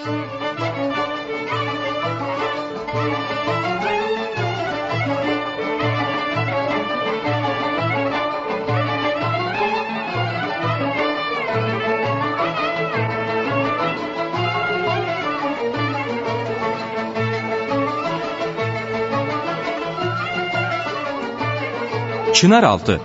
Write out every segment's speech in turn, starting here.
Çınaraltı.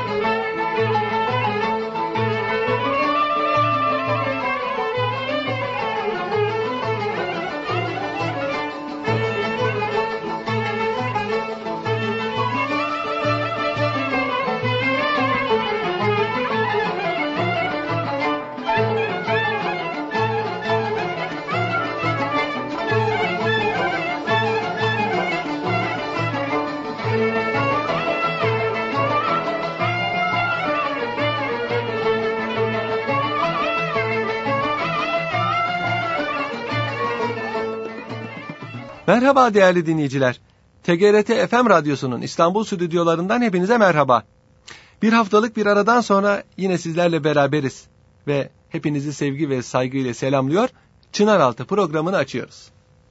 Merhaba değerli dinleyiciler. TGRT FM Radyosu'nun İstanbul stüdyolarından hepinize merhaba. Bir haftalık bir aradan sonra yine sizlerle beraberiz ve hepinizi sevgi ve saygıyla selamlıyor. Çınaraltı programını açıyoruz.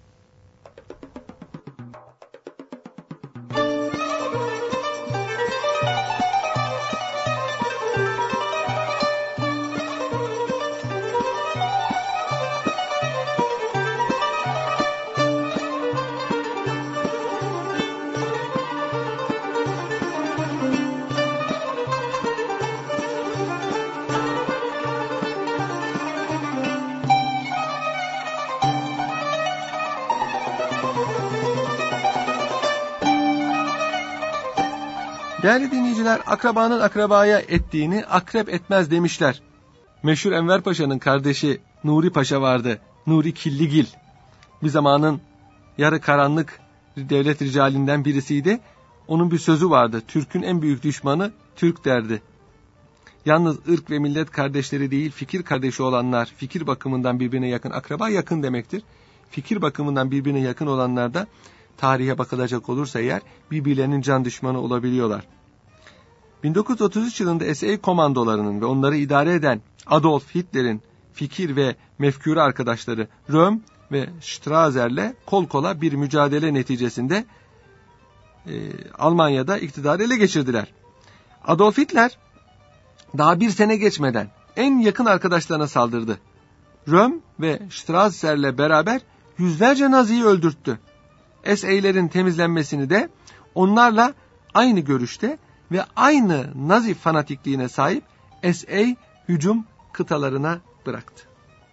Değerli dinleyiciler, akrabanın akrabaya ettiğini akrep etmez demişler. Meşhur Enver Paşa'nın kardeşi Nuri Paşa vardı. Nuri Killigil. Bir zamanın yarı karanlık devlet ricalinden birisiydi. Onun bir sözü vardı. Türk'ün en büyük düşmanı Türk derdi. Yalnız ırk ve millet kardeşleri değil, fikir kardeşi olanlar, fikir bakımından birbirine yakın, akraba yakın demektir. Fikir bakımından birbirine yakın olanlar da tarihe bakılacak olursa eğer birbirlerinin can düşmanı olabiliyorlar. 1933 yılında SA komandolarının ve onları idare eden Adolf Hitler'in fikir ve mefkûre arkadaşları Röhm ve Strasser'le kol kola bir mücadele neticesinde Almanya'da iktidarı ele geçirdiler. Adolf Hitler daha bir sene geçmeden en yakın arkadaşlarına saldırdı. Röhm ve Strasser'le beraber yüzlerce Nazi'yi öldürttü. SA'lerin temizlenmesini de onlarla aynı görüşte ve aynı Nazi fanatikliğine sahip SA hücum kıtalarına bıraktı.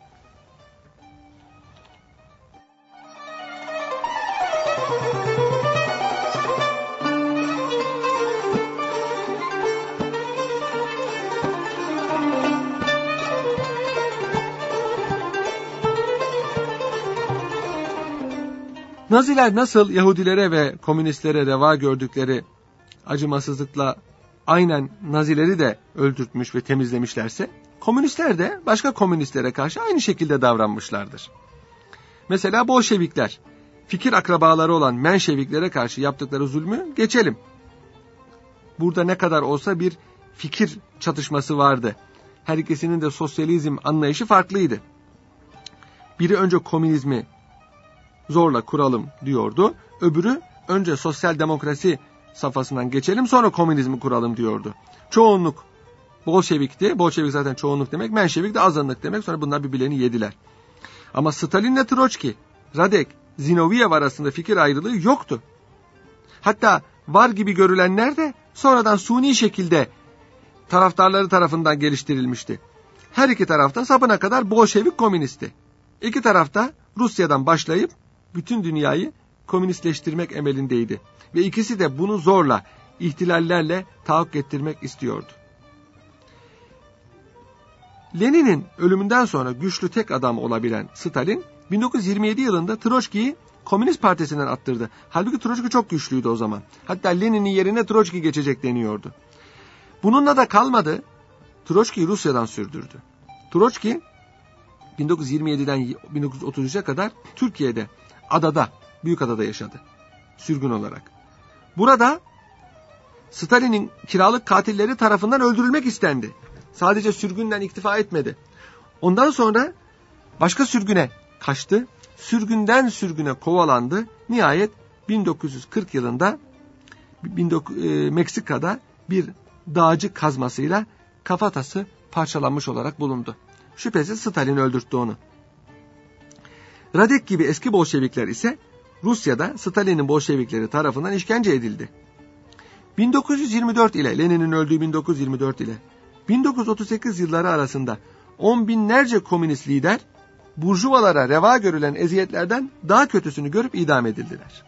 Naziler nasıl Yahudilere ve komünistlere reva gördükleri acımasızlıkla aynen Nazileri de öldürtmüş ve temizlemişlerse, komünistler de başka komünistlere karşı aynı şekilde davranmışlardır. Mesela Bolşevikler, fikir akrabaları olan Menşeviklere karşı yaptıkları zulmü geçelim. Burada ne kadar olsa bir fikir çatışması vardı. Her ikisinin de sosyalizm anlayışı farklıydı. Biri önce komünizmi zorla kuralım diyordu. Öbürü önce sosyal demokrasi safhasından geçelim, sonra komünizmi kuralım diyordu. Çoğunluk Bolşevik'ti. Bolşevik zaten çoğunluk demek. Menşevik de azınlık demek. Sonra bunlar birbirlerini yediler. Ama Stalin'le Troçki, Radek, Zinoviev arasında fikir ayrılığı yoktu. Hatta var gibi görülenler de sonradan suni şekilde taraftarları tarafından geliştirilmişti. Her iki tarafta sapına kadar Bolşevik komünisti. İki tarafta Rusya'dan başlayıp bütün dünyayı komünistleştirmek emelindeydi. Ve ikisi de bunu zorla, ihtilallerle tahakkuk ettirmek istiyordu. Lenin'in ölümünden sonra güçlü tek adam olabilen Stalin, 1927 yılında Troçki'yi Komünist Partisi'nden attırdı. Halbuki Troçki çok güçlüydü o zaman. Hatta Lenin'in yerine Troçki geçecek deniyordu. Bununla da kalmadı, Troçki'yi Rusya'dan sürdürdü. Troçki, 1927'den 1933'e kadar Türkiye'de, adada, Büyükada'da yaşadı. Sürgün olarak. Burada Stalin'in kiralık katilleri tarafından öldürülmek istendi. Sadece sürgünden iktifa etmedi. Ondan sonra başka sürgüne kaçtı, sürgünden sürgüne kovalandı. Nihayet 1940 yılında Meksika'da bir dağcı kazmasıyla kafatası parçalanmış olarak bulundu. Şüphesiz Stalin öldürttü onu. Radek gibi eski Bolşevikler ise Rusya'da Stalin'in Bolşevikleri tarafından işkence edildi. 1924 ile Lenin'in öldüğü 1924 ile 1938 yılları arasında on binlerce komünist lider burjuvalara reva görülen eziyetlerden daha kötüsünü görüp idam edildiler.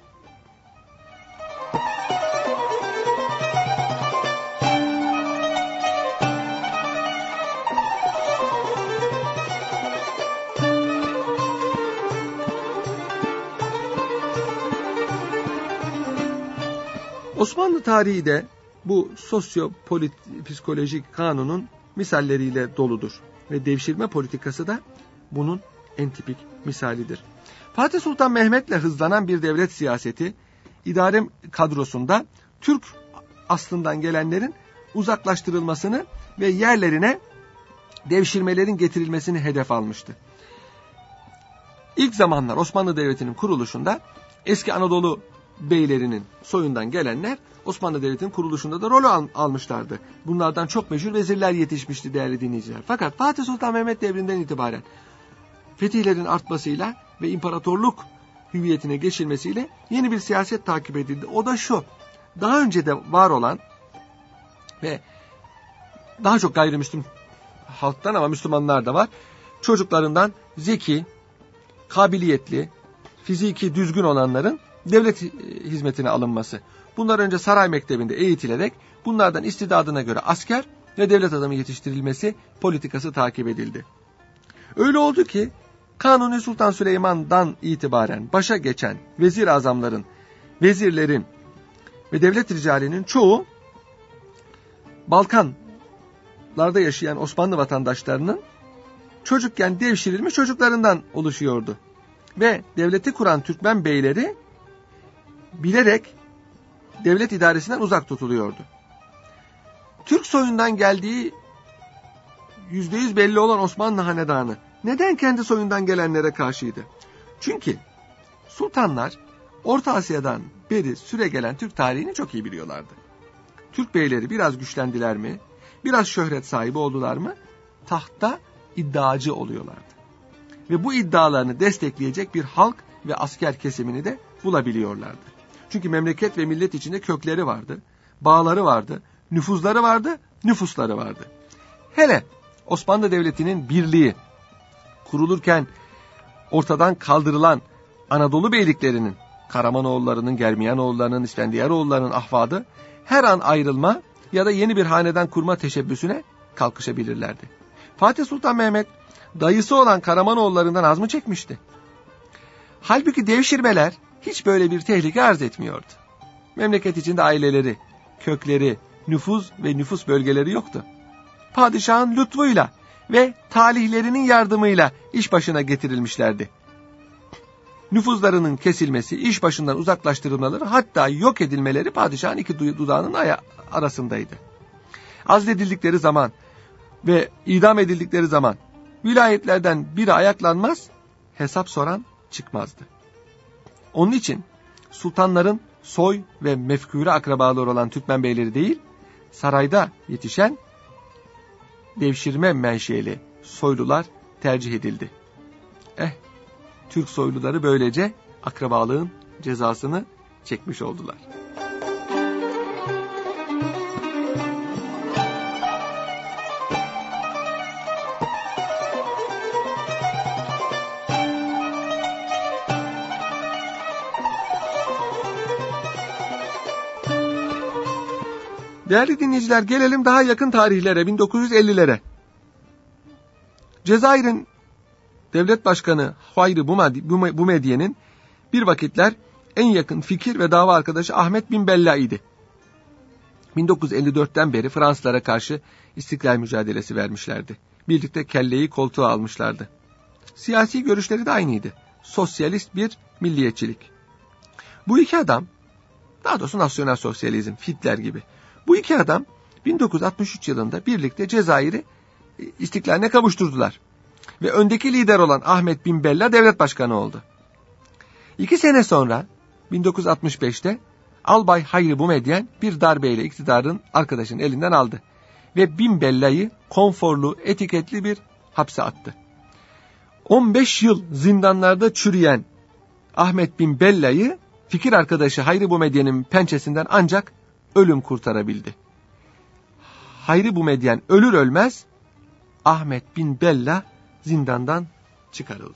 Osmanlı tarihi de bu sosyo-psikolojik kanunun misalleriyle doludur ve devşirme politikası da bunun en tipik misalidir. Fatih Sultan Mehmet'le hızlanan bir devlet siyaseti, idare kadrosunda Türk aslından gelenlerin uzaklaştırılmasını ve yerlerine devşirmelerin getirilmesini hedef almıştı. İlk zamanlar Osmanlı Devleti'nin kuruluşunda eski Anadolu beylerinin soyundan gelenler Osmanlı Devleti'nin kuruluşunda da rol almışlardı. Bunlardan çok meşhur vezirler yetişmişti değerli dinleyiciler. Fakat Fatih Sultan Mehmet devrinden itibaren fetihlerin artmasıyla ve imparatorluk hüviyetine geçilmesiyle yeni bir siyaset takip edildi. O da şu: daha önce de var olan ve daha çok gayrimüslim halktan ama Müslümanlar da var, çocuklarından zeki, kabiliyetli, fiziki düzgün olanların devlet hizmetine alınması. Bunlar önce saray mektebinde eğitilerek bunlardan istidadına göre asker ve devlet adamı yetiştirilmesi politikası takip edildi. Öyle oldu ki Kanuni Sultan Süleyman'dan itibaren başa geçen vezir azamların, vezirlerin ve devlet ricalinin çoğu Balkanlarda yaşayan Osmanlı vatandaşlarının çocukken devşirilmiş çocuklarından oluşuyordu. Ve devleti kuran Türkmen beyleri bilerek devlet idaresinden uzak tutuluyordu. Türk soyundan geldiği %100 belli olan Osmanlı hanedanı neden kendi soyundan gelenlere karşıydı? Çünkü sultanlar Orta Asya'dan beri süregelen Türk tarihini çok iyi biliyorlardı. Türk beyleri biraz güçlendiler mi, biraz şöhret sahibi oldular mı, tahtta iddiacı oluyorlardı. Ve bu iddialarını destekleyecek bir halk ve asker kesimini de bulabiliyorlardı. Çünkü memleket ve millet içinde kökleri vardı, bağları vardı, nüfuzları vardı, nüfusları vardı. Hele Osmanlı Devleti'nin birliği kurulurken ortadan kaldırılan Anadolu beyliklerinin, Karamanoğullarının, Germiyanoğullarının, İsfendiyaroğullarının ahvadı her an ayrılma ya da yeni bir hanedan kurma teşebbüsüne kalkışabilirlerdi. Fatih Sultan Mehmet dayısı olan Karamanoğullarından az mı çekmişti? Halbuki devşirmeler hiç böyle bir tehlike arz etmiyordu. Memleket içinde aileleri, kökleri, nüfuz ve nüfus bölgeleri yoktu. Padişahın lütfuyla ve talihlerinin yardımıyla iş başına getirilmişlerdi. Nüfuzlarının kesilmesi, iş başından uzaklaştırılmaları, hatta yok edilmeleri padişahın iki dudağının arasındaydı. Azledildikleri zaman ve idam edildikleri zaman vilayetlerden biri ayaklanmaz, hesap soran çıkmazdı. Onun için sultanların soy ve mefkure akrabaları olan Türkmen beyleri değil, sarayda yetişen devşirme menşeli soylular tercih edildi. Türk soyluları böylece akrabalığın cezasını çekmiş oldular. Değerli dinleyiciler, gelelim daha yakın tarihlere, 1950'lere. Cezayir'in devlet başkanı Hayri Boumedienne'in bir vakitler en yakın fikir ve dava arkadaşı Ahmet bin Bella idi. 1954'ten beri Fransızlara karşı istiklal mücadelesi vermişlerdi. Birlikte kelleyi koltuğa almışlardı. Siyasi görüşleri de aynıydı. Sosyalist bir milliyetçilik. Bu iki adam, daha doğrusu nasyonel sosyalizm, Hitler gibi. Bu iki adam 1963 yılında birlikte Cezayir'i istiklaline kavuşturdular. ve öndeki lider olan Ahmet bin Bella devlet başkanı oldu. 2 sene sonra 1965'te Albay Hayri Boumedienne bir darbeyle iktidarın arkadaşının elinden aldı ve bin Bella'yı konforlu, etiketli bir hapse attı. 15 yıl zindanlarda çürüyen Ahmet bin Bella'yı fikir arkadaşı Hayri Boumedienne'in pençesinden ancak ölüm kurtarabildi. Hayri Boumedienne ölür ölmez Ahmet bin Bella zindandan çıkarıldı.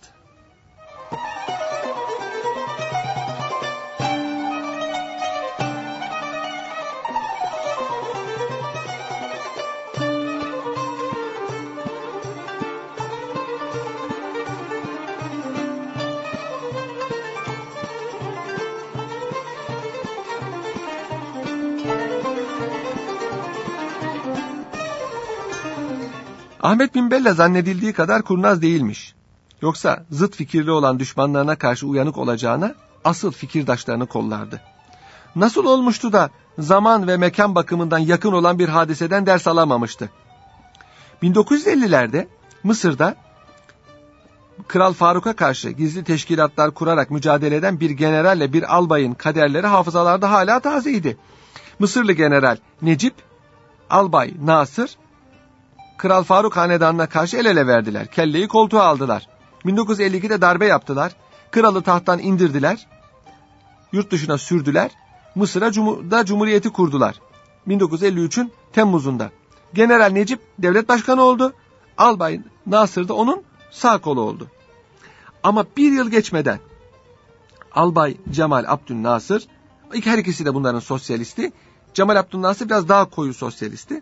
Ahmet bin Bella zannedildiği kadar kurnaz değilmiş. Yoksa zıt fikirli olan düşmanlarına karşı uyanık olacağına asıl fikirdaşlarını kollardı. Nasıl olmuştu da zaman ve mekan bakımından yakın olan bir hadiseden ders alamamıştı? 1950'lerde Mısır'da Kral Faruk'a karşı gizli teşkilatlar kurarak mücadele eden bir generalle bir albayın kaderleri hafızalarda hala tazeydi. Mısırlı general Necip, Albay Nasır, Kral Faruk hanedanına karşı el ele verdiler. Kelleyi koltuğa aldılar. 1952'de darbe yaptılar. Kralı tahttan indirdiler. Yurt dışına sürdüler. Mısır'a cumhuriyeti kurdular. 1953'ün Temmuz'unda. General Necip devlet başkanı oldu. Albay Nasır da onun sağ kolu oldu. Ama bir yıl geçmeden Albay Cemal Abdülnasır, her ikisi de bunların sosyalisti. Cemal Abdülnasır biraz daha koyu sosyalisti.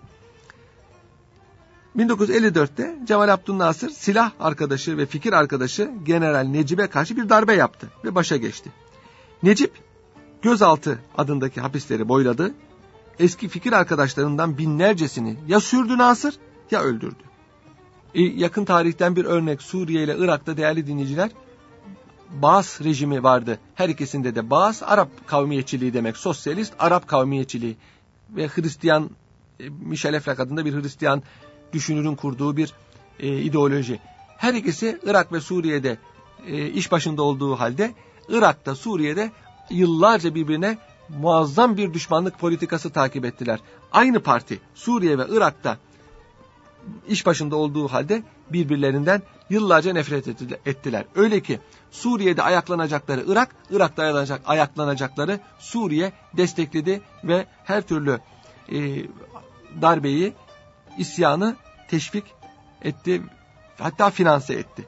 1954'te Cemal Abdülnasır silah arkadaşı ve fikir arkadaşı General Necip'e karşı bir darbe yaptı ve başa geçti. Necip gözaltı adındaki hapisleri boyladı. Eski fikir arkadaşlarından binlercesini ya sürdü Nasır ya öldürdü. Yakın tarihten bir örnek Suriye ile Irak'ta değerli dinleyiciler, Baas rejimi vardı. Her ikisinde de Baas Arap kavmiyetçiliği demek. Sosyalist Arap kavmiyetçiliği ve Hristiyan, Michel Efrak adında bir Hristiyan düşünürün kurduğu bir ideoloji. Her ikisi Irak ve Suriye'de iş başında olduğu halde Irak'ta, Suriye'de yıllarca birbirine muazzam bir düşmanlık politikası takip ettiler. Aynı parti Suriye ve Irak'ta iş başında olduğu halde birbirlerinden yıllarca nefret ettiler. Öyle ki Suriye'de ayaklanacakları Irak, Irak'ta ayaklanacakları Suriye destekledi ve her türlü darbeyi, isyanı teşvik etti, hatta finanse etti.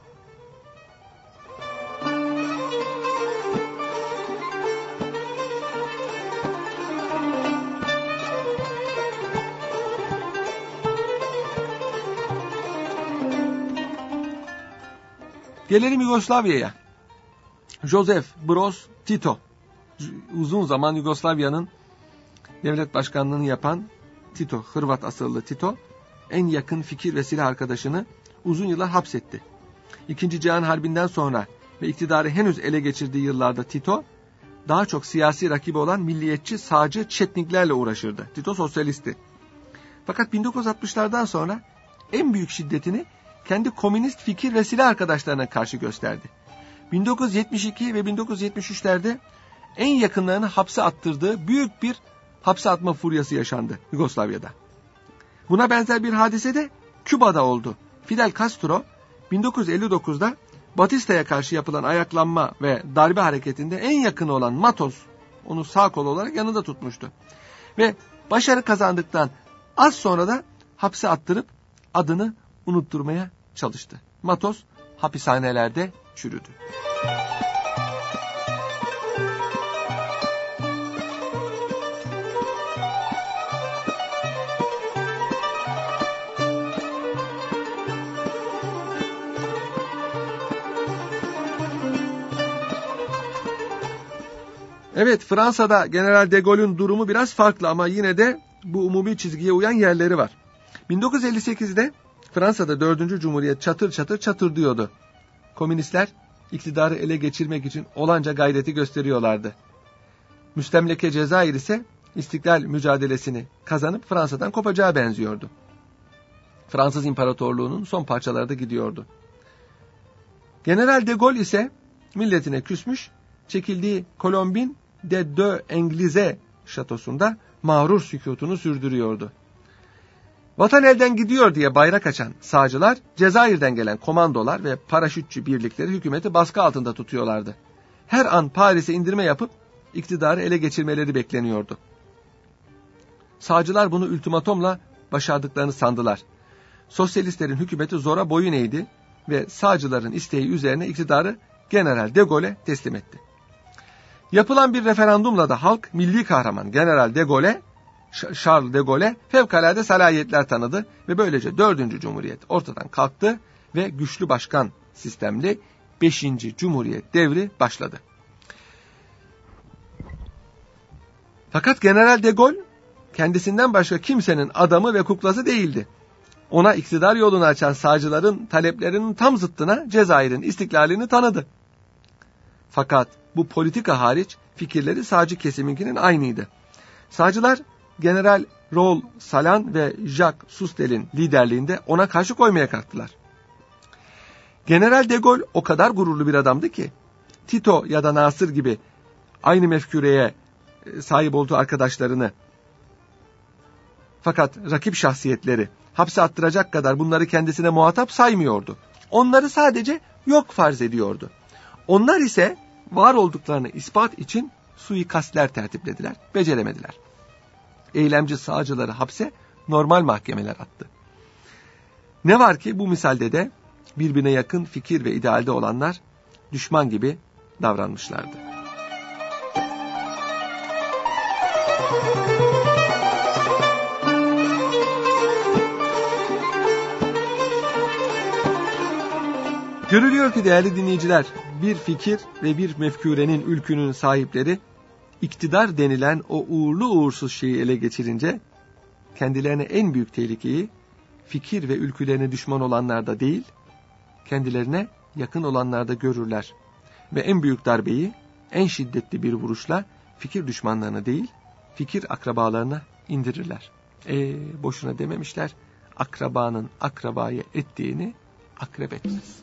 Gelelim Yugoslavya'ya. Joseph Broz Tito, uzun zaman Yugoslavya'nın devlet başkanlığını yapan Tito, Hırvat asıllı Tito, en yakın fikir ve silah arkadaşını uzun yıllar hapsetti. İkinci Cihan Harbi'nden sonra ve iktidarı henüz ele geçirdiği yıllarda Tito, daha çok siyasi rakibi olan milliyetçi sağcı Çetniklerle uğraşırdı. Tito sosyalisti. Fakat 1960'lardan sonra en büyük şiddetini kendi komünist fikir ve silah arkadaşlarına karşı gösterdi. 1972 ve 1973'lerde en yakınlarını hapse attırdığı büyük bir hapse atma furyası yaşandı Yugoslavya'da. Buna benzer bir hadise de Küba'da oldu. Fidel Castro 1959'da Batista'ya karşı yapılan ayaklanma ve darbe hareketinde en yakını olan Matos onu sağ kol olarak yanında tutmuştu. Ve başarı kazandıktan az sonra da hapse attırıp adını unutturmaya çalıştı. Matos hapishanelerde çürüdü. Evet, Fransa'da General de Gaulle'ün durumu biraz farklı ama yine de bu umumi çizgiye uyan yerleri var. 1958'de Fransa'da 4. Cumhuriyet çatır çatır çatırdıyordu. Komünistler iktidarı ele geçirmek için olanca gayreti gösteriyorlardı. Müstemleke Cezayir ise istiklal mücadelesini kazanıp Fransa'dan kopacağı benziyordu. Fransız İmparatorluğu'nun son parçaları da gidiyordu. General de Gaulle ise milletine küsmüş, çekildiği Colombine de Deux Anglaises şatosunda mağrur sükûtunu sürdürüyordu. Vatan elden gidiyor diye bayrak açan sağcılar, Cezayir'den gelen komandolar ve paraşütçü birlikleri hükümeti baskı altında tutuyorlardı. Her an Paris'e indirme yapıp iktidarı ele geçirmeleri bekleniyordu. Sağcılar bunu ultimatomla başardıklarını sandılar. Sosyalistlerin hükümeti zora boyun eğdi ve sağcıların isteği üzerine iktidarı General de Gaulle'e teslim etti. Yapılan bir referandumla da halk milli kahraman General de Gaulle, Charles de Gaulle'e fevkalade salayetler tanıdı ve böylece 4. Cumhuriyet ortadan kalktı ve güçlü başkan sistemli 5. Cumhuriyet devri başladı. Fakat General de Gaulle kendisinden başka kimsenin adamı ve kuklası değildi. Ona iktidar yolunu açan sağcıların taleplerinin tam zıttına Cezayir'in istiklalini tanıdı. Fakat bu politika hariç fikirleri sağcı kesiminkinin aynıydı. Sağcılar General Raoul Salan ve Jacques Sustel'in liderliğinde ona karşı koymaya kalktılar. General de Gaulle o kadar gururlu bir adamdı ki Tito ya da Nasır gibi aynı mefküreye sahip olduğu arkadaşlarını, fakat rakip şahsiyetleri hapse attıracak kadar bunları kendisine muhatap saymıyordu. Onları sadece yok farz ediyordu. Onlar ise var olduklarını ispat için suikastler tertiplediler, beceremediler. Eylemci sağcıları hapse normal mahkemeler attı. Ne var ki bu misalde de birbirine yakın fikir ve idealde olanlar düşman gibi davranmışlardı. Görülüyor ki değerli dinleyiciler, bir fikir ve bir mefkûrenin ülkünün sahipleri iktidar denilen o uğurlu uğursuz şeyi ele geçirince kendilerine en büyük tehlikeyi fikir ve ülkülerine düşman olanlarda değil, kendilerine yakın olanlarda görürler. Ve en büyük darbeyi en şiddetli bir vuruşla fikir düşmanlarına değil, fikir akrabalarına indirirler. Boşuna dememişler, akrabanın akrabaya ettiğini akrep etmez.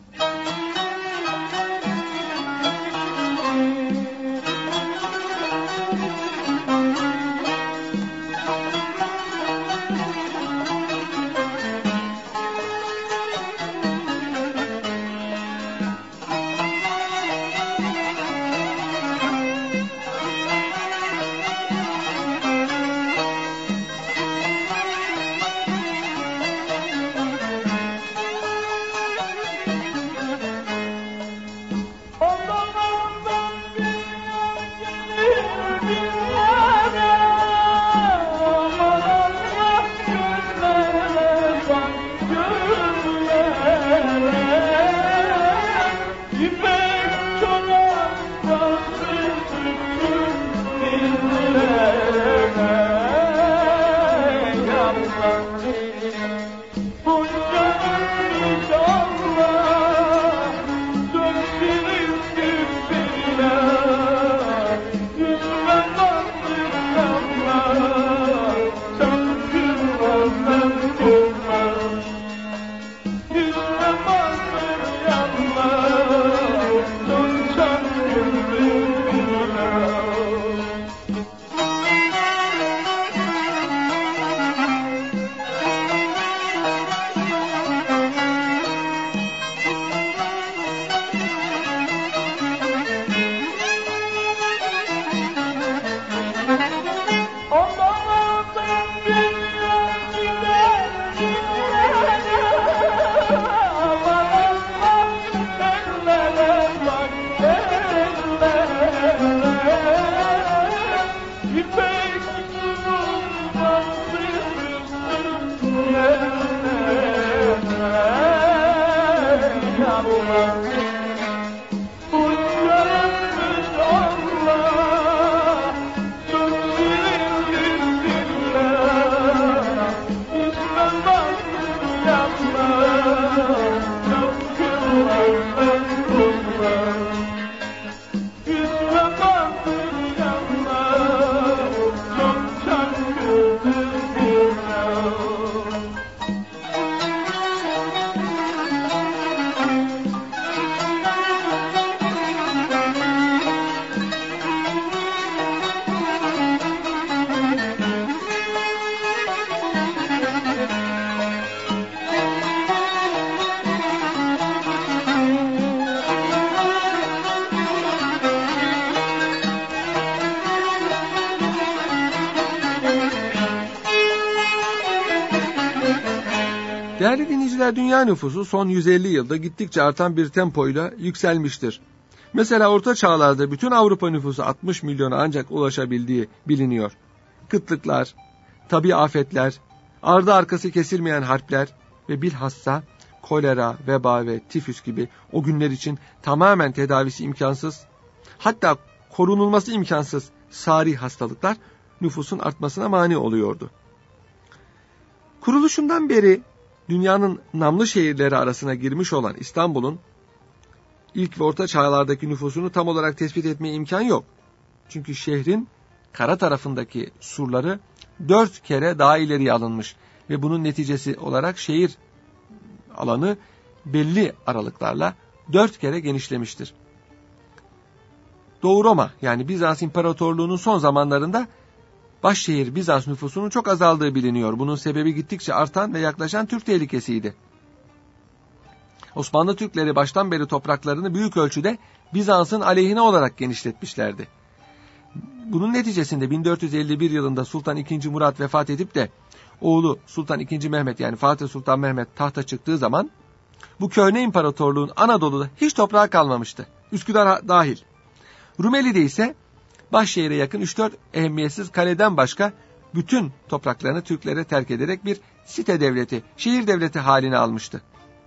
Değerli dinleyiciler, dünya nüfusu son 150 yılda gittikçe artan bir tempoyla yükselmiştir. Mesela Orta Çağlar'da bütün Avrupa nüfusu 60 milyona ancak ulaşabildiği biliniyor. Kıtlıklar, tabii afetler, ardı arkası kesilmeyen harpler ve bilhassa kolera, veba ve tifüs gibi o günler için tamamen tedavisi imkansız, hatta korunulması imkansız sari hastalıklar nüfusun artmasına mani oluyordu. Kuruluşundan beri dünyanın namlı şehirleri arasına girmiş olan İstanbul'un ilk ve orta çağlardaki nüfusunu tam olarak tespit etmeye imkan yok. Çünkü şehrin kara tarafındaki surları 4 kere daha ileriye alınmış ve bunun neticesi olarak şehir alanı belli aralıklarla 4 kere genişlemiştir. Doğu Roma yani Bizans İmparatorluğu'nun son zamanlarında başşehir Bizans nüfusunun çok azaldığı biliniyor. Bunun sebebi gittikçe artan ve yaklaşan Türk tehlikesiydi. Osmanlı Türkleri baştan beri topraklarını büyük ölçüde Bizans'ın aleyhine olarak genişletmişlerdi. Bunun neticesinde 1451 yılında Sultan II. Murat vefat edip de oğlu Sultan II. Mehmet yani Fatih Sultan Mehmet tahta çıktığı zaman bu köhne imparatorluğun Anadolu'da hiç toprağı kalmamıştı. Üsküdar dahil. Rumeli'de ise başşehire yakın 3-4 ehemmiyetsiz kaleden başka bütün topraklarını Türklere terk ederek bir site devleti, şehir devleti haline almıştı.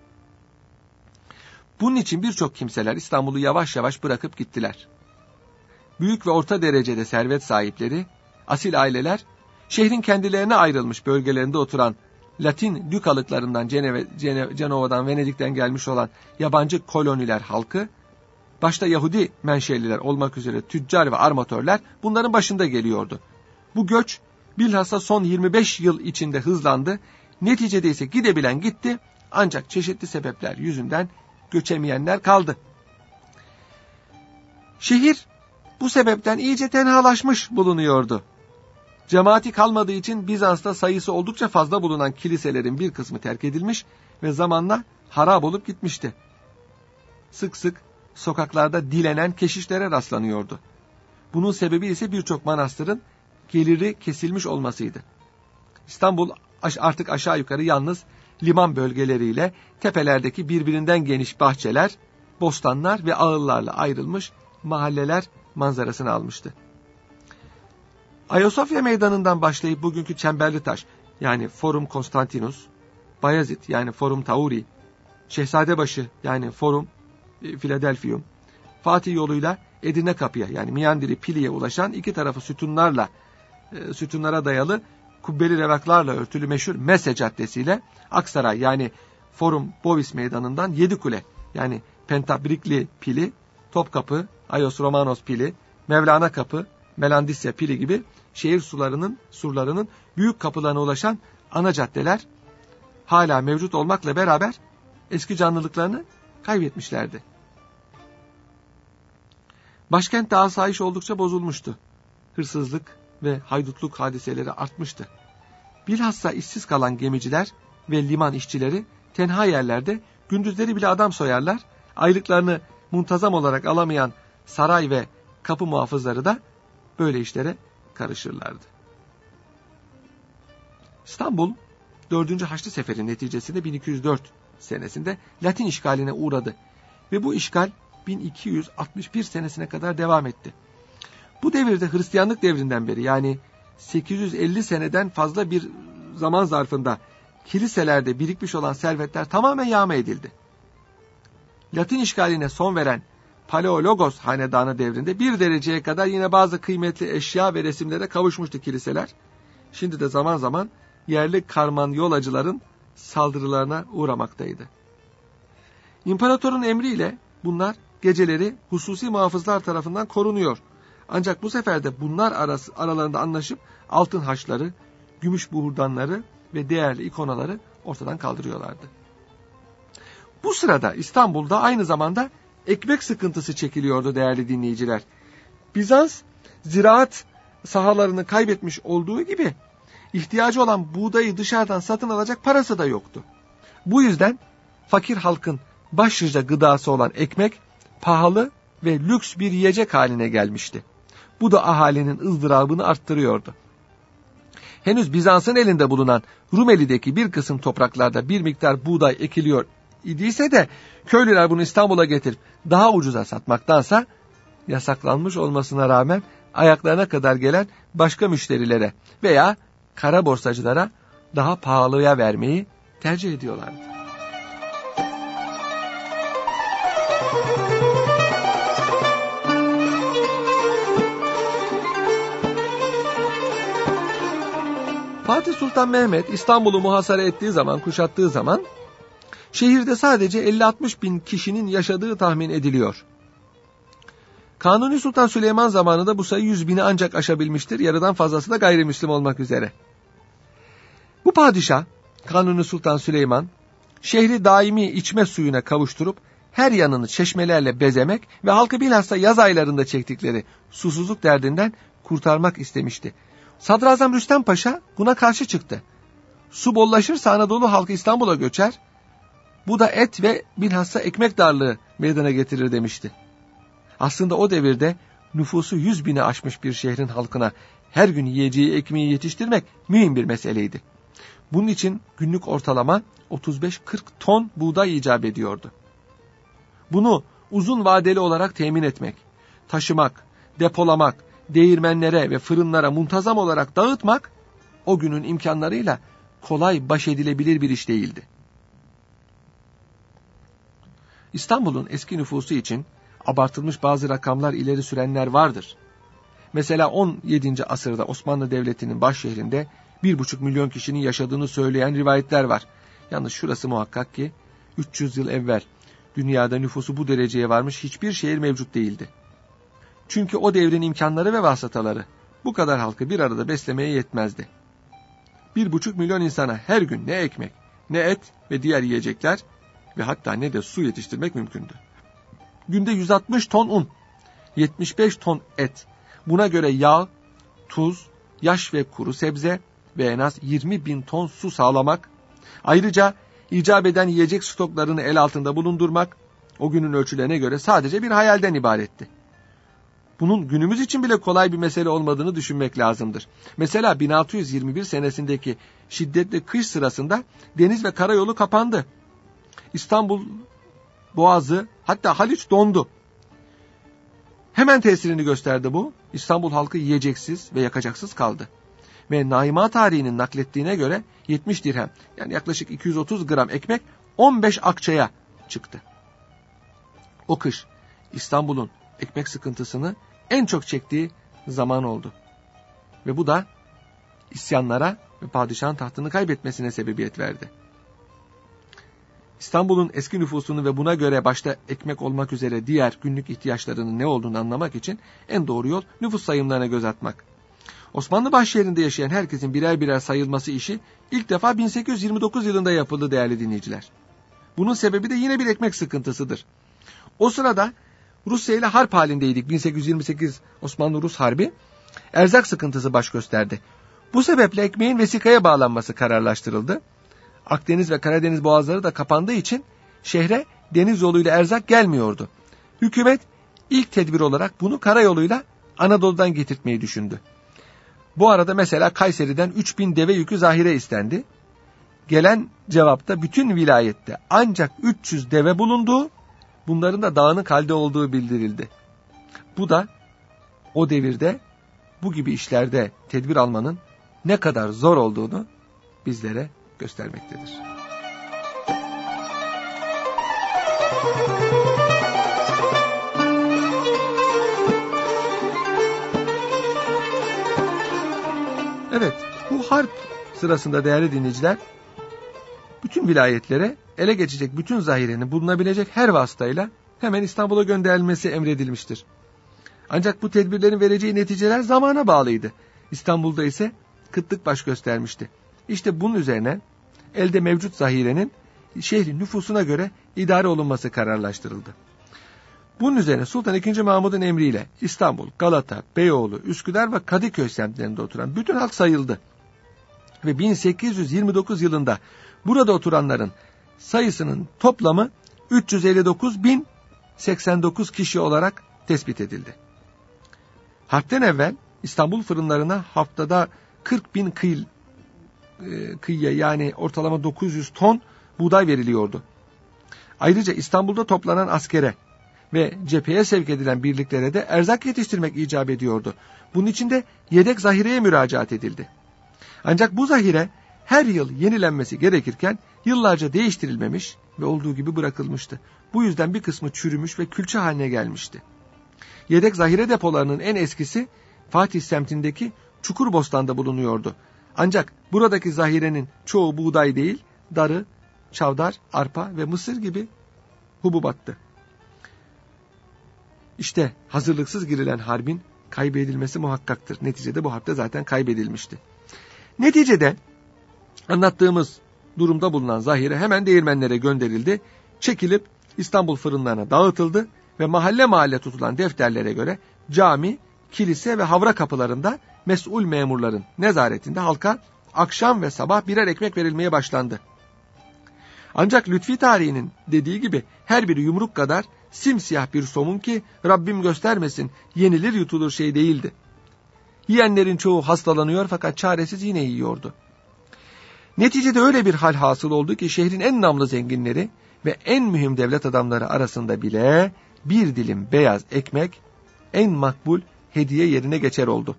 Bunun için birçok kimseler İstanbul'u yavaş yavaş bırakıp gittiler. Büyük ve orta derecede servet sahipleri, asil aileler, şehrin kendilerine ayrılmış bölgelerinde oturan Latin dükalıklarından Cenova'dan, Venedik'ten gelmiş olan yabancı koloniler halkı, başta Yahudi menşeliler olmak üzere tüccar ve armatörler bunların başında geliyordu. Bu göç bilhassa son 25 yıl içinde hızlandı. Neticede ise gidebilen gitti ancak çeşitli sebepler yüzünden göçemeyenler kaldı. Şehir bu sebepten iyice tenhalaşmış bulunuyordu. Cemaati kalmadığı için Bizans'ta sayısı oldukça fazla bulunan kiliselerin bir kısmı terk edilmiş ve zamanla harap olup gitmişti. Sık sık sokaklarda dilenen keşişlere rastlanıyordu. Bunun sebebi ise birçok manastırın geliri kesilmiş olmasıydı. İstanbul artık aşağı yukarı yalnız liman bölgeleriyle tepelerdeki birbirinden geniş bahçeler, bostanlar ve ağıllarla ayrılmış mahalleler manzarasını almıştı. Ayasofya Meydanı'ndan başlayıp bugünkü Çemberlitaş yani Forum Constantinus, Bayezid yani Forum Tauri, Şehzadebaşı yani Forum Philadelphium, Fatih yoluyla Edirne Kapı'ya yani Miandiri Pili'ye ulaşan iki tarafı sütunlara dayalı kubbeli revaklarla örtülü meşhur Messe Caddesi'yle Aksaray yani Forum Bovis Meydanı'ndan Yedikule yani Pentabrikli Pili, Topkapı, Ayos Romanos Pili, Mevlana Kapı, Melandisya Pili gibi şehir surlarının büyük kapılarına ulaşan ana caddeler hala mevcut olmakla beraber eski canlılıklarını kaybetmişlerdi. Başkentte asayiş oldukça bozulmuştu. Hırsızlık ve haydutluk hadiseleri artmıştı. Bilhassa işsiz kalan gemiciler ve liman işçileri tenha yerlerde gündüzleri bile adam soyarlar, aylıklarını muntazam olarak alamayan saray ve kapı muhafızları da böyle işlere karışırlardı. İstanbul 4. Haçlı Seferi neticesinde 1204 senesinde Latin işgaline uğradı ve bu işgal 1261 senesine kadar devam etti. Bu devirde Hristiyanlık devrinden beri yani 850 seneden fazla bir zaman zarfında kiliselerde birikmiş olan servetler tamamen yağma edildi. Latin işgaline son veren Paleologos hanedanı devrinde bir dereceye kadar yine bazı kıymetli eşya ve resimlere kavuşmuştu kiliseler. Şimdi de zaman zaman yerli karmanyolacıların saldırılarına uğramaktaydı. İmparatorun emriyle bunlar geceleri hususi muhafızlar tarafından korunuyor. Ancak bu sefer de bunlar aralarında anlaşıp altın haçları, gümüş buhurdanları ve değerli ikonaları ortadan kaldırıyorlardı. Bu sırada İstanbul'da aynı zamanda ekmek sıkıntısı çekiliyordu değerli dinleyiciler. Bizans ziraat sahalarını kaybetmiş olduğu gibi ihtiyacı olan buğdayı dışarıdan satın alacak parası da yoktu. Bu yüzden fakir halkın başlıca gıdası olan ekmek pahalı ve lüks bir yiyecek haline gelmişti. Bu da ahalinin ızdırabını arttırıyordu. henüz Bizans'ın elinde bulunan Rumeli'deki bir kısım topraklarda bir miktar buğday ekiliyor idiyse de köylüler bunu İstanbul'a getirip daha ucuza satmaktansa yasaklanmış olmasına rağmen ayaklarına kadar gelen başka müşterilere veya kara borsacılara daha pahalıya vermeyi tercih ediyorlardı. Fatih Sultan Mehmet İstanbul'u muhasara ettiği zaman, kuşattığı zaman şehirde sadece 50-60 bin kişinin yaşadığı tahmin ediliyor. Kanuni Sultan Süleyman zamanında bu sayı 100 bini ancak aşabilmiştir, yarıdan fazlası da gayrimüslim olmak üzere. Bu padişah, Kanuni Sultan Süleyman, şehri daimi içme suyuna kavuşturup her yanını çeşmelerle bezemek ve halkı bilhassa yaz aylarında çektikleri susuzluk derdinden kurtarmak istemişti. Sadrazam Rüstem Paşa buna karşı çıktı. Su bollaşırsa Anadolu halkı İstanbul'a göçer, bu da et ve bilhassa ekmek darlığı meydana getirir demişti. Aslında o devirde nüfusu 100 bini aşmış bir şehrin halkına her gün yiyeceği ekmeği yetiştirmek mühim bir meseleydi. Bunun için günlük ortalama 35-40 ton buğday icap ediyordu. Bunu uzun vadeli olarak temin etmek, taşımak, depolamak, değirmenlere ve fırınlara muntazam olarak dağıtmak o günün imkanlarıyla kolay baş edilebilir bir iş değildi. İstanbul'un eski nüfusu için abartılmış bazı rakamlar ileri sürenler vardır. Mesela 17. asırda Osmanlı Devleti'nin baş şehrinde 1,5 milyon kişinin yaşadığını söyleyen rivayetler var. Yalnız şurası muhakkak ki 300 yıl evvel dünyada nüfusu bu dereceye varmış hiçbir şehir mevcut değildi. Çünkü o devrin imkanları ve vasıtaları bu kadar halkı bir arada beslemeye yetmezdi. 1,5 milyon insana her gün ne ekmek, ne et ve diğer yiyecekler ve hatta ne de su yetiştirmek mümkündü. Günde 160 ton un, 75 ton et, buna göre yağ, tuz, yaş ve kuru sebze ve en az 20 bin ton su sağlamak, ayrıca icap eden yiyecek stoklarını el altında bulundurmak, o günün ölçülerine göre sadece bir hayalden ibaretti. Bunun günümüz için bile kolay bir mesele olmadığını düşünmek lazımdır. Mesela 1621 senesindeki şiddetli kış sırasında deniz ve karayolu kapandı. İstanbul Boğazı, hatta Haliç dondu. Hemen tesirini gösterdi bu. İstanbul halkı yiyeceksiz ve yakacaksız kaldı. Ve Naima tarihinin naklettiğine göre 70 dirhem, yani yaklaşık 230 gram ekmek 15 akçeye çıktı. O kış İstanbul'un ekmek sıkıntısını en çok çektiği zaman oldu. Ve bu da isyanlara ve padişahın tahtını kaybetmesine sebebiyet verdi. İstanbul'un eski nüfusunu ve buna göre başta ekmek olmak üzere diğer günlük ihtiyaçlarının ne olduğunu anlamak için en doğru yol nüfus sayımlarına göz atmak. Osmanlı başşehrinde yaşayan herkesin birer birer sayılması işi ilk defa 1829 yılında yapıldı değerli dinleyiciler. Bunun sebebi de yine bir ekmek sıkıntısıdır. O sırada Rusya ile harp halindeydik. 1828 Osmanlı-Rus Harbi erzak sıkıntısı baş gösterdi. Bu sebeple ekmeğin vesikaya bağlanması kararlaştırıldı. Akdeniz ve Karadeniz boğazları da kapandığı için şehre deniz yoluyla erzak gelmiyordu. Hükümet ilk tedbir olarak bunu karayoluyla Anadolu'dan getirtmeyi düşündü. Bu arada mesela Kayseri'den 3000 deve yükü zahire istendi. Gelen cevapta bütün vilayette ancak 300 deve bulunduğu, bunların da dağınık halde olduğu bildirildi. Bu da o devirde bu gibi işlerde tedbir almanın ne kadar zor olduğunu bizlere göstermektedir. Evet, bu harp sırasında değerli dinleyiciler, bütün vilayetlere ele geçecek bütün zahirenin bulunabilecek her vasıtayla hemen İstanbul'a gönderilmesi emredilmiştir. Ancak bu tedbirlerin vereceği neticeler zamana bağlıydı. İstanbul'da ise kıtlık baş göstermişti. İşte bunun üzerine elde mevcut zahirenin şehrin nüfusuna göre idare olunması kararlaştırıldı. Bunun üzerine Sultan II. Mahmud'un emriyle İstanbul, Galata, Beyoğlu, Üsküdar ve Kadıköy semtlerinde oturan bütün halk sayıldı. Ve 1829 yılında burada oturanların sayısının toplamı 359.089 kişi olarak tespit edildi. Harpten evvel İstanbul fırınlarına haftada 40.000 kıyıya yani ortalama 900 ton buğday veriliyordu. Ayrıca İstanbul'da toplanan askere ve cepheye sevk edilen birliklere de erzak yetiştirmek icap ediyordu. Bunun için de yedek zahireye müracaat edildi. Ancak bu zahire her yıl yenilenmesi gerekirken yıllarca değiştirilmemiş ve olduğu gibi bırakılmıştı. Bu yüzden bir kısmı çürümüş ve külçe haline gelmişti. Yedek zahire depolarının en eskisi Fatih semtindeki Çukurbostan'da bulunuyordu. Ancak buradaki zahirenin çoğu buğday değil, darı, çavdar, arpa ve mısır gibi hububattı. İşte hazırlıksız girilen harbin kaybedilmesi muhakkaktır. Neticede bu harpte zaten kaybedilmişti. Neticede anlattığımız durumda bulunan zahire hemen değirmenlere gönderildi, çekilip İstanbul fırınlarına dağıtıldı ve mahalle mahalle tutulan defterlere göre cami, kilise ve havra kapılarında mesul memurların nezaretinde halka akşam ve sabah birer ekmek verilmeye başlandı. Ancak Lütfi tarihinin dediği gibi her biri yumruk kadar simsiyah bir somun ki Rabbim göstermesin yenilir yutulur şey değildi. Yiyenlerin çoğu hastalanıyor fakat çaresiz yine yiyordu. Neticede öyle bir hal hasıl oldu ki şehrin en namlı zenginleri ve en mühim devlet adamları arasında bile bir dilim beyaz ekmek en makbul hediye yerine geçer oldu.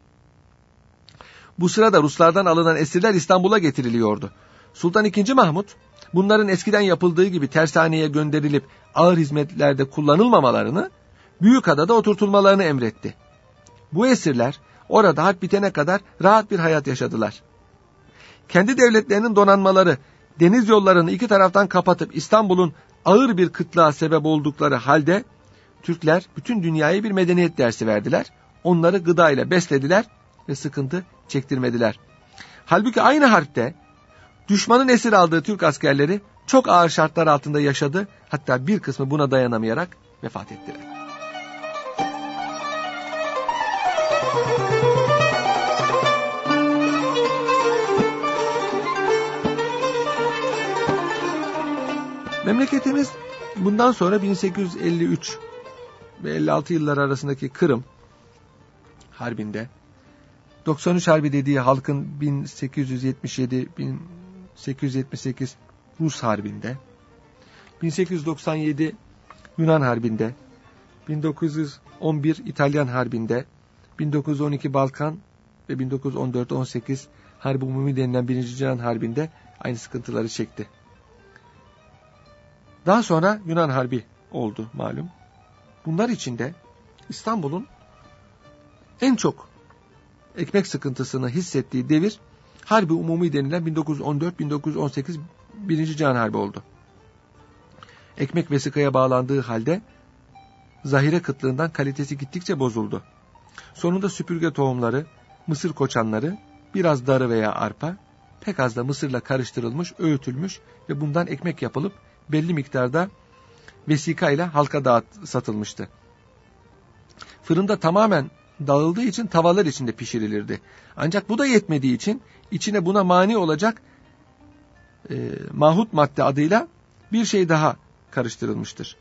Bu sırada Ruslardan alınan esirler İstanbul'a getiriliyordu. Sultan II. Mahmut bunların eskiden yapıldığı gibi tersaneye gönderilip ağır hizmetlerde kullanılmamalarını, Büyükada'da oturtulmalarını emretti. Bu esirler orada harp bitene kadar rahat bir hayat yaşadılar. Kendi devletlerinin donanmaları deniz yollarını iki taraftan kapatıp İstanbul'un ağır bir kıtlığa sebep oldukları halde Türkler bütün dünyaya bir medeniyet dersi verdiler. Onları gıda ile beslediler ve sıkıntı çektirmediler. Halbuki aynı harpte düşmanın esir aldığı Türk askerleri çok ağır şartlar altında yaşadı. Hatta bir kısmı buna dayanamayarak vefat ettiler. Memleketimiz bundan sonra 1853 ve 56 yılları arasındaki Kırım Harbi'nde, 93 Harbi dediği halkın 1877-1878 Rus Harbi'nde, 1897 Yunan Harbi'nde, 1911 İtalyan Harbi'nde, 1912 Balkan ve 1914-18 Harbi Umumi denilen 1. Cihan Harbi'nde aynı sıkıntıları çekti. Daha sonra Yunan Harbi oldu malum. Bunlar içinde İstanbul'un en çok ekmek sıkıntısını hissettiği devir Harbi Umumi denilen 1914-1918 1. Cihan Harbi oldu. Ekmek vesikaya bağlandığı halde zahire kıtlığından kalitesi gittikçe bozuldu. Sonunda süpürge tohumları, mısır koçanları, biraz darı veya arpa, pek az da mısırla karıştırılmış, öğütülmüş ve bundan ekmek yapılıp belli miktarda vesika ile halka satılmıştı. Fırında tamamen dağıldığı için tavalar içinde pişirilirdi. Ancak bu da yetmediği için içine buna mani olacak mahut madde adıyla bir şey daha karıştırılmıştır.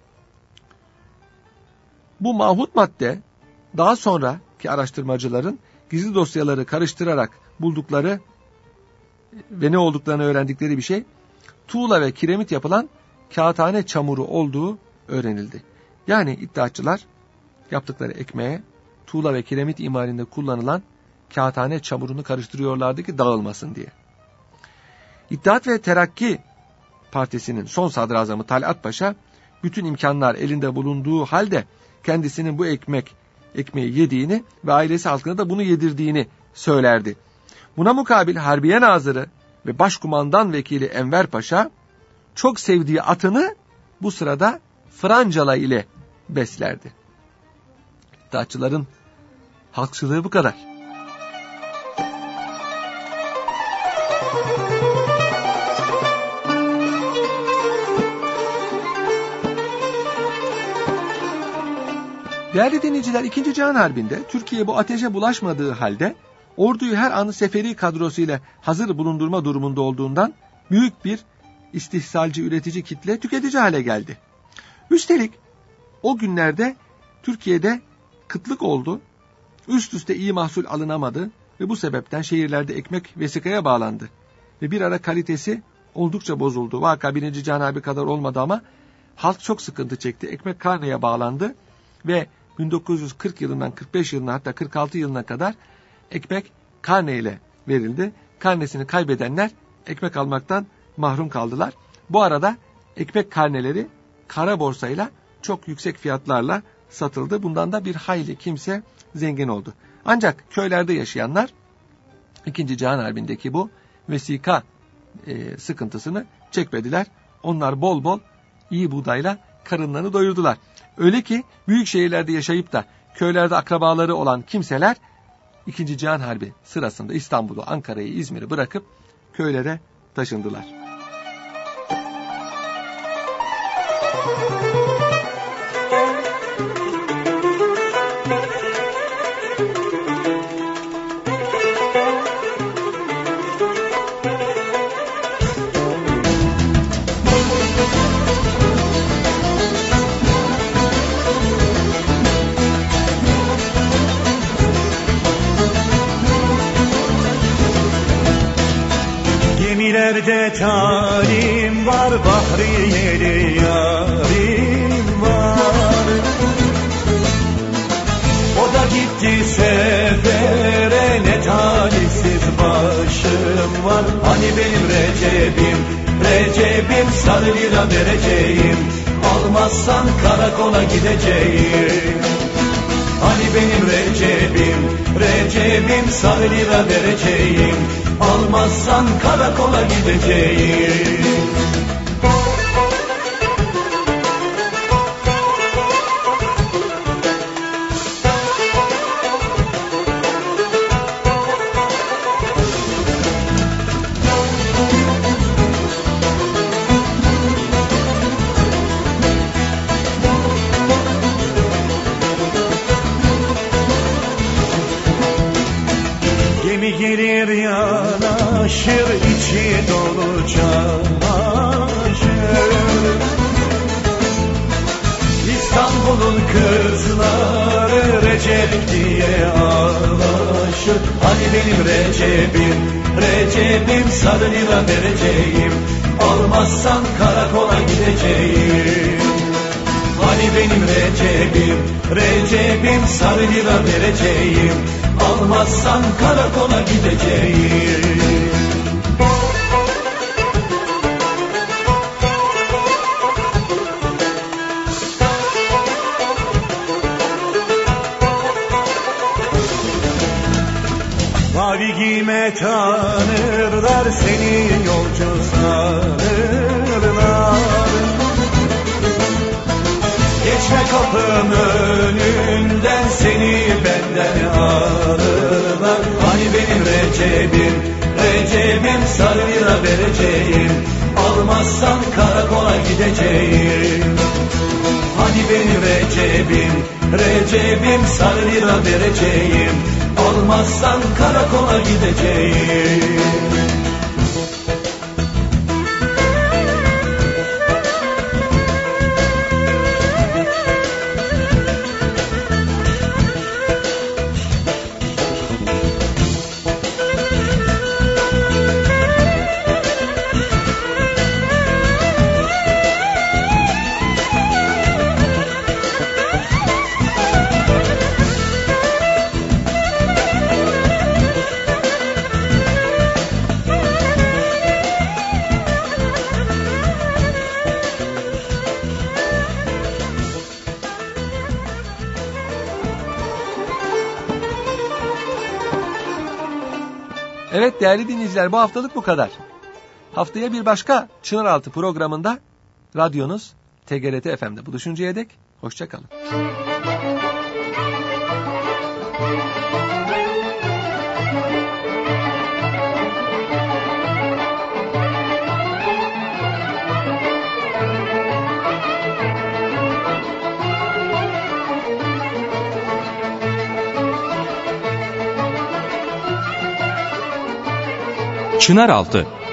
Bu mahut madde daha sonraki araştırmacıların gizli dosyaları karıştırarak buldukları ve ne olduklarını öğrendikleri bir şey, tuğla ve kiremit yapılan kağıthane çamuru olduğu öğrenildi. Yani iddiaçılar yaptıkları ekmeğe tuğla ve kiremit imalinde kullanılan kağıthane çamurunu karıştırıyorlardı ki dağılmasın diye. İttihat ve Terakki Partisi'nin son sadrazamı Talat Paşa bütün imkanlar elinde bulunduğu halde kendisinin bu ekmeği yediğini ve ailesi halkına da bunu yedirdiğini söylerdi. Buna mukabil Harbiye Nazırı ve Başkumandan Vekili Enver Paşa çok sevdiği atını bu sırada Francala ile beslerdi. İddiaçıların halkçılığı bu kadar. Değerli dinleyiciler, 2. Cihan Harbi'nde Türkiye bu ateşe bulaşmadığı halde orduyu her an seferi kadrosuyla hazır bulundurma durumunda olduğundan büyük bir istihsalci, üretici kitle tüketici hale geldi. Üstelik o günlerde Türkiye'de kıtlık oldu, üst üste iyi mahsul alınamadı, ve bu sebepten şehirlerde ekmek vesikaya bağlandı. Ve bir ara kalitesi oldukça bozuldu. Vaka 1. Cihan Harbi kadar olmadı ama halk çok sıkıntı çekti. Ekmek karneye bağlandı ve 1940 yılından 45 yılına hatta 46 yılına kadar ekmek karneyle verildi. Karnesini kaybedenler ekmek almaktan mahrum kaldılar. Bu arada ekmek karneleri kara borsayla çok yüksek fiyatlarla satıldı. Bundan da bir hayli kimse zengin oldu. Ancak köylerde yaşayanlar 2. Cihan Harbi'ndeki bu vesika sıkıntısını çekmediler. Onlar bol bol iyi buğdayla karınlarını doyurdular. Öyle ki büyük şehirlerde yaşayıp da köylerde akrabaları olan kimseler 2. Cihan Harbi sırasında İstanbul'u, Ankara'yı, İzmir'i bırakıp köylere taşındılar. Gemilerde talim var, bahriyeli yarim var. O da gitti sefere, ne talihsiz başım var. Hani benim Recep'im sarı lira vereceğim, almazsan karakola gideceğim. Hani benim Recep'im sarı lira vereceğim, almazsan karakola gideceğim. Gemi gelir yanaşır, içi dolu çamaşır. İstanbul'un kızları Recep diye ağlaşır. Hani benim Recep'im sarı lira vereceğim, almazsan karakola gideceğim. Hani benim Recep'im sarı lira vereceğim, almazsan karakola gideceğim. Mavi giyme tanırlar, seni yolcu sanırlar. Geçme kapım önünden, seni benden alırlar. Hani benim Recep'im sarı lira vereceğim, almazsan karakola gideceğim. Hani benim Recep'im sarı lira vereceğim, almazsan karakola gideceğim. Evet değerli dinleyiciler, bu haftalık bu kadar. Haftaya bir başka Çınaraltı programında radyonuz TGRT FM'de buluşuncaya dek hoşça kalın. Çınaraltı